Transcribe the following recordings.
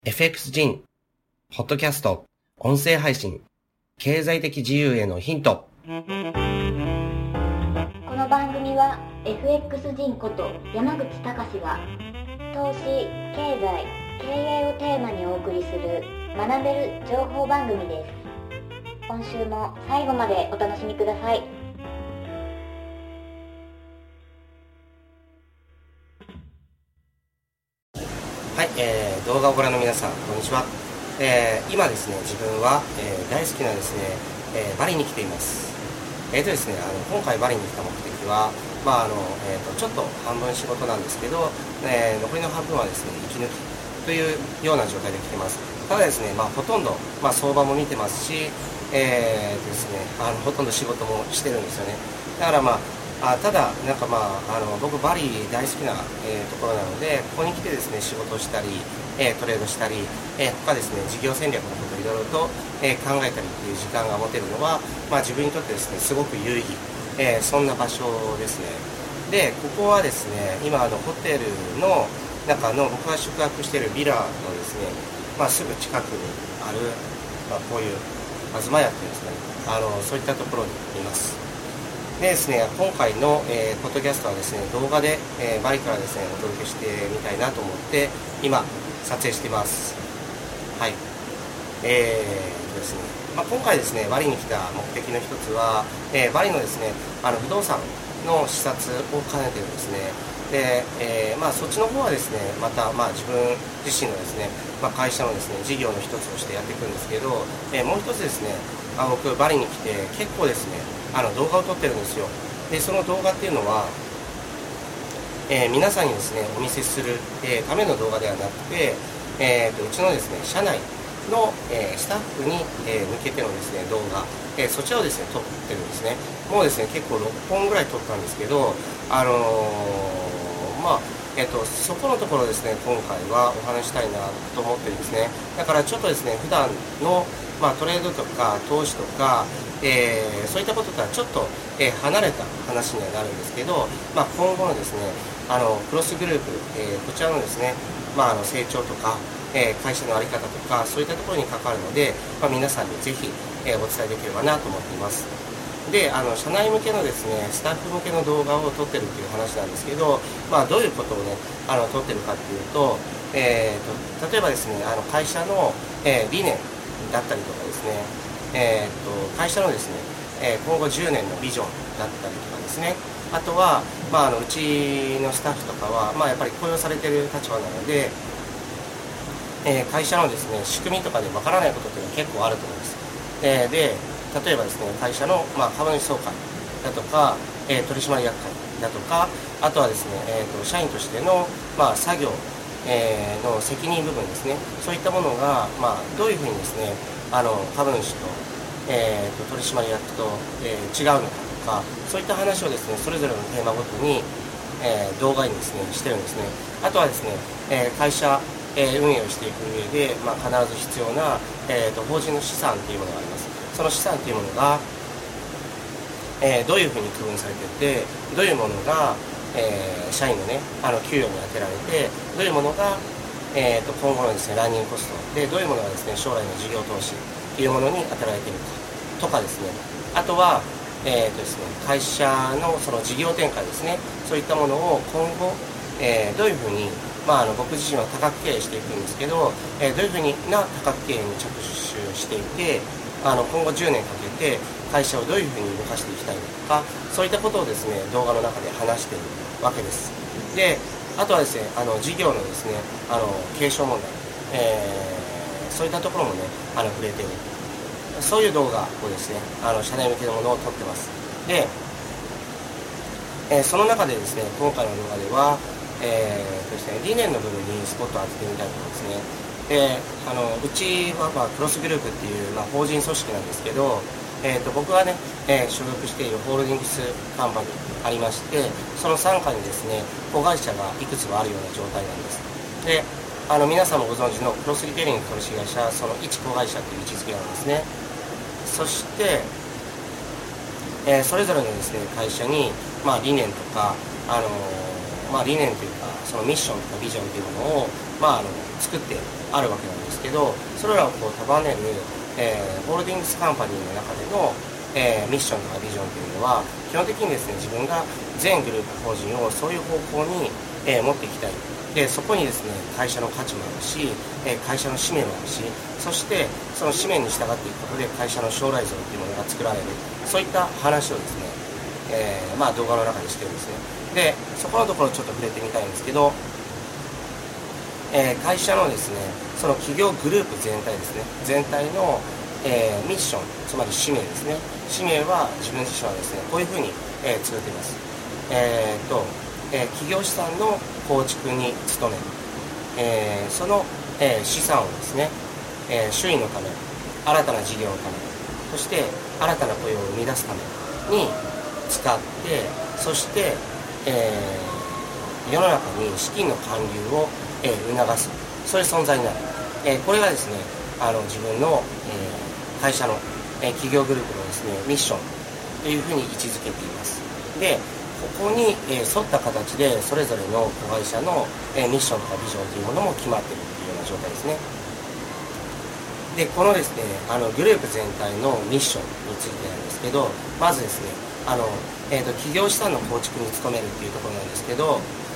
FX 人、ポッドキャスト、音声配信、経済的自由へのヒント。 この番組は FX 人こと山口隆が投資、経済、経営をテーマにお送りする学べる情報番組です。今週も最後までお楽しみください。 はい、動画をご覧の皆さん、こんにちは。今ですね、自分は、大好きなですね、バリに来ています。ですね、今回バリに来た目的は、ちょっと半分仕事なんですけど、残りの半分はですね、息抜きというような状態で来てます。ただですね、ほとんど、相場も見てますし、ですね、ほとんど仕事もしてるんですよね。だからただ僕バリ大好きな、ところなので、ここに来てですね仕事をしたり、トレードしたり、他ですね事業戦略のことをいろいろと、考えたりっていう時間が持てるのは、自分にとってですねすごく有意義、そんな場所ですね。でここはですね今ホテルの中の僕が宿泊しているビラのですね、すぐ近くにある、こういう東屋っていうんですかね、そういったところにいます。でですね、今回の、ポッドキャストはですね、動画で、バリからですね、お届けしてみたいなと思って、今、撮影しています。はい。ですね、今回ですね、バリに来た目的の一つは、バリのですね、不動産の視察を兼ねてるんですね。で、そっちの方はですね、また、自分自身のですね、会社のですね、事業の一つとしてやっていくんですけど、もう一つですね、僕、バリに来て、結構ですね、動画を撮ってるんですよ。でその動画っていうのは、皆さんにですねお見せする、ための動画ではなくて、うちのですね社内の、スタッフに、向けてのですね動画、そちらをですね撮ってるんですね。もうですね結構6本ぐらい撮ったんですけど、そこのところですね今回はお話したいなと思ってるんですね。だからちょっとですね普段のトレードとか投資とか、そういったこととはちょっと、離れた話にはなるんですけど、今後のですねクロスグループ、こちらのですね、成長とか、会社の在り方とかそういったところに関わるので、皆さんにぜひ、お伝えできればなと思っています。で社内向けのですねスタッフ向けの動画を撮ってるっていう話なんですけど、どういうことをね撮ってるかっていうと、例えばですね会社の、理念だったりとかですね、会社のですね、今後10年のビジョンだったりとかですね、あとは、うちのスタッフとかは、やっぱり雇用されている立場なので、会社のですね仕組みとかでわからないことっていうのは結構あると思います。で例えばですね会社の、株主総会だとか、取締役会だとか、あとはですね、社員としての、作業、の責任部分ですね、そういったものが、どういうふうにですね株主と、取締役と、違うのかとか、そういった話をですねそれぞれのテーマごとに、動画にですねしてるんですね。あとはですね、会社、運営をしていく上で、必ず必要な、法人の資産というものがあります。その資産というものが、どういうふうに区分されていて、どういうものが、社員のね給与に充てられて、どういうものが、今後のですねランニングコストで、どういうものがですね将来の事業投資というものに充てられているかとかですね、あとは、ですね、会社のその事業展開ですね、そういったものを今後、どういうふうに、僕自身は多角経営していくんですけど、どういうふうな多角経営に着手していて、今後10年かけて会社をどういうふうに動かしていきたいのか、そういったことをですね動画の中で話しているわけです。であとはですね事業のですね継承問題、そういったところもね触れている、そういう動画をですね社内向けのものを撮ってます。で、その中でですね今回の動画では、ですね、理念の部分にスポットを当ててみたいと思いますね。でうちは、クロスグループっていう、法人組織なんですけど、僕がね、所属しているホールディングスカンパニーありまして、その傘下にですね子会社がいくつもあるような状態なんです。で皆さんもご存知のクロスリテイリング株式会社、その一子会社という位置づけなんですね。そして、それぞれのですね会社に、理念とか、理念というかそのミッションとかビジョンというものを、 作ってあるわけなんですけど、それらをこう束ねる、ホールディングスカンパニーの中での、ミッションとかビジョンというのは基本的にですね、自分が全グループ法人をそういう方向に、持っていきたい。でそこにですね、会社の価値もあるし、会社の使命もあるし、そしてその使命に従っていくことで会社の将来像というものが作られる、そういった話をですね、動画の中でしてるんですね。でそこのところちょっと触れてみたいんですけど、会社のですね、その企業グループ全体ですね、全体の、ミッション、つまり使命ですね。使命は自分自身はですね、こういうふうに、作っています。企業資産の構築に努める、その、資産をですね、周囲のため、新たな事業のため、そして新たな雇用を生み出すために使って、そして、世の中に資金の還流を、促す、そういう存在になる、これがですね、自分の、会社の、企業グループのですね、ミッションというふうに位置づけています。でここに、沿った形でそれぞれの子会社の、ミッションとかビジョンというものも決まっているというような状態ですね。でこのですね、グループ全体のミッションについてなんですけど、まずですね、企業資産の構築に努めるというところなんですけど、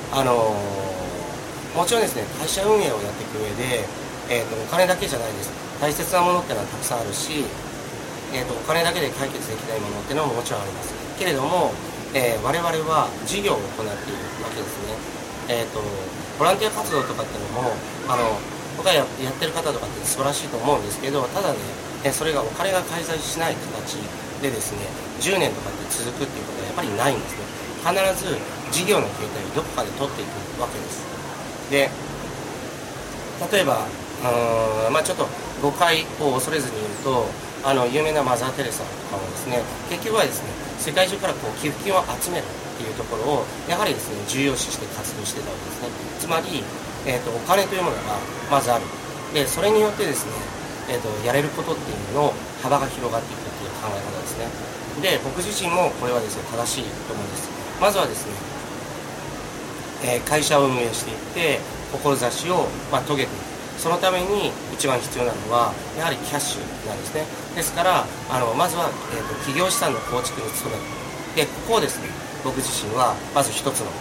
もちろんですね、会社運営をやっていく上で、お金だけじゃないです。大切なものっていうのはたくさんあるし、お金だけで解決できないものっていうのももちろんありますけれども、我々は事業を行っているわけですね。ボランティア活動とかっていうのも僕はやってる方とかって素晴らしいと思うんですけど、ただね、それがお金が介在しない形でですね、10年とかって続くっていうことはやっぱりないんですね。必ず事業の形態をどこかで取っていくわけです。で例えばちょっと誤解を恐れずに言うと、有名なマザー・テレサとかもですね、結局はですね、世界中からこう寄付金を集めるっていうところをやはりですね、重要視して活動してたわけですね。つまり、お金というものがまずある。でそれによってですね、やれることっていうのの幅が広がっていくっていう考え方ですね。で僕自身もこれはですね、正しいと思うんです。まずはですね、会社を運営していって志を、遂げていく。そのために一番必要なのはやはりキャッシュなんですね。ですからまずは、企業資産の構築に努める。でここをですね、僕自身はまず一つの、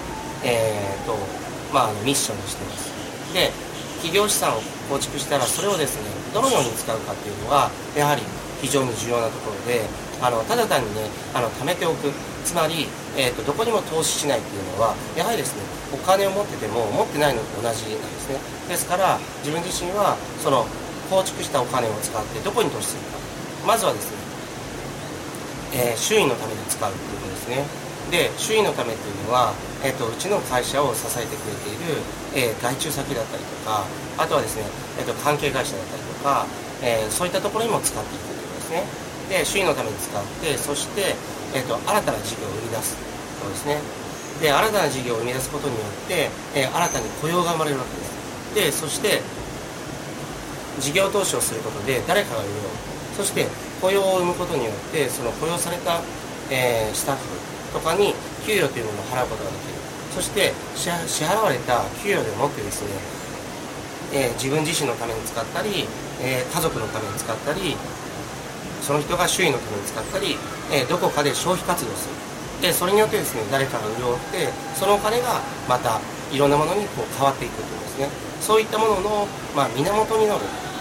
ミッションにしています。で企業資産を構築したらそれをですね、どのように使うかっていうのがやはり非常に重要なところで、ただ単にね貯めておく、つまり、どこにも投資しないっていうのはやはりですね、お金を持ってても持ってないのと同じなんですね。ですから自分自身はその構築したお金を使ってどこに投資するか、まずはですね、周囲のために使うということですね。で周囲のためっていうのは、うちの会社を支えてくれている、外注先だったりとか、あとはですね、関係会社だったりとか、そういったところにも使っていくということですね。で周囲のために使って、そして、新たな事業を生み出すそうですね。で新たな事業を生み出すことによって、新たに雇用が生まれるわけです。でそして事業投資をすることで誰かが潤う。そして雇用を生むことによって、その雇用された、スタッフとかに給与というものを払うことができる。そして支払われた給与でもってですね、自分自身のために使ったり、家族のために使ったり、その人が周囲のために使ったり、どこかで消費活動する。でそれによってですね、誰かが潤って、そのお金がまたいろんなものにこう変わっていくというですね、そういったものの、源になる、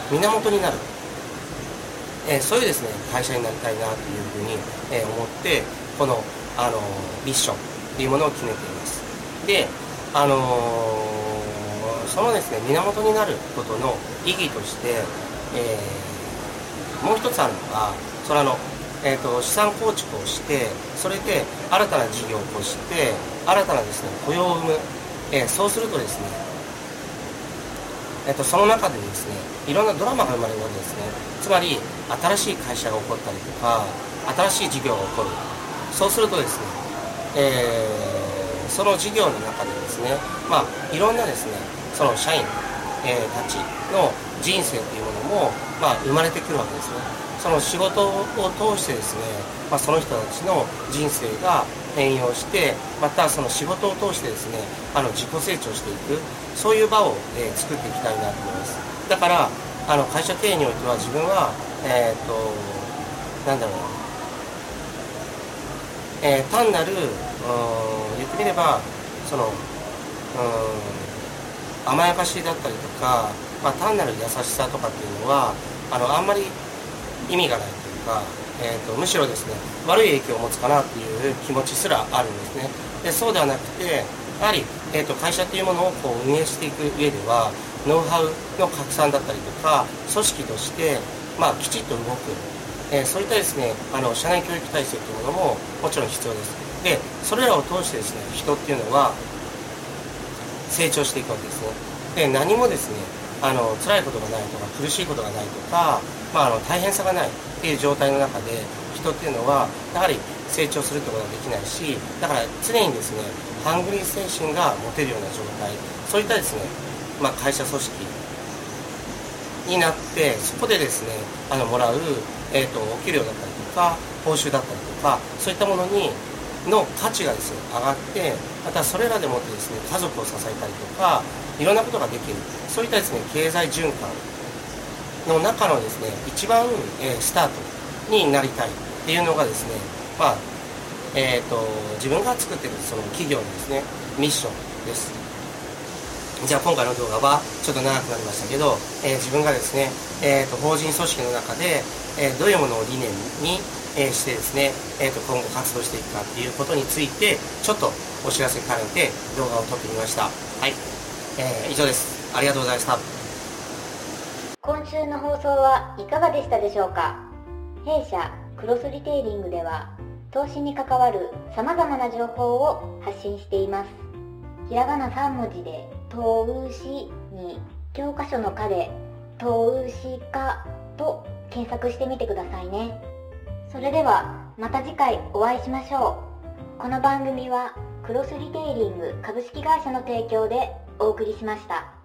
そういうですね、会社になりたいなというふうに、思って、このミッションというものを決めています。でそのですね、源になることの意義として、もう一つあるのが、それ資産構築をして、それで新たな事業を起こして、新たなですね、雇用を生む。そうするとですね、その中でですね、いろんなドラマが生まれるわけですね。つまり、新しい会社が起こったりとか、新しい事業が起こる。そうするとですね、その事業の中でですね、いろんなですね、その社員たちの人生というものも、生まれてくるわけですね。その仕事を通してですね、その人たちの人生が変容して、またその仕事を通してですね、自己成長していく、そういう場を、作っていきたいなと思います。だから会社経営においては自分はなんだろうな、単なる言ってみればその甘やかしだったりとか、単なる優しさとかっていうのはあんまり意味がないというか、むしろですね悪い影響を持つかなっていう気持ちすらあるんですね。でそうではなくてやはり、会社というものを運営していく上ではノウハウの拡散だったりとか組織として、きちっと動く、そういったですね社内教育体制というものももちろん必要です。でそれらを通してですね人っていうのは成長していくわけですね。で何もですね辛いことがないとか苦しいことがないとか、大変さがないっていう状態の中で人っていうのはやはり成長するってことができないし、だから常にですねハングリー精神が持てるような状態、そういったですね、会社組織になって、そこでですねもらう、お給料だったりとか報酬だったりとかそういったものの価値がですね上がって、またそれらでもってですね家族を支えたりとかいろんなことができる、そういったですね経済循環の中のですね一番、スタートになりたいっていうのがですね、自分が作ってるその企業のですねミッションです。じゃあ今回の動画はちょっと長くなりましたけど、自分がですね、法人組織の中で、どういうものを理念にしてですね、今後活動していくかっていうことについてちょっとお知らせ兼ねて動画を撮ってみました。はい、以上です。ありがとうございました。 今週の放送はいかがでしたでしょうか。弊社クロスリテイリングでは投資に関わる様々な情報を発信しています。ひらがな3文字で投資に教科書の科で投資家と検索してみてくださいね。それではまた次回お会いしましょう。この番組はクロスリテイリング株式会社の提供でお送りしました。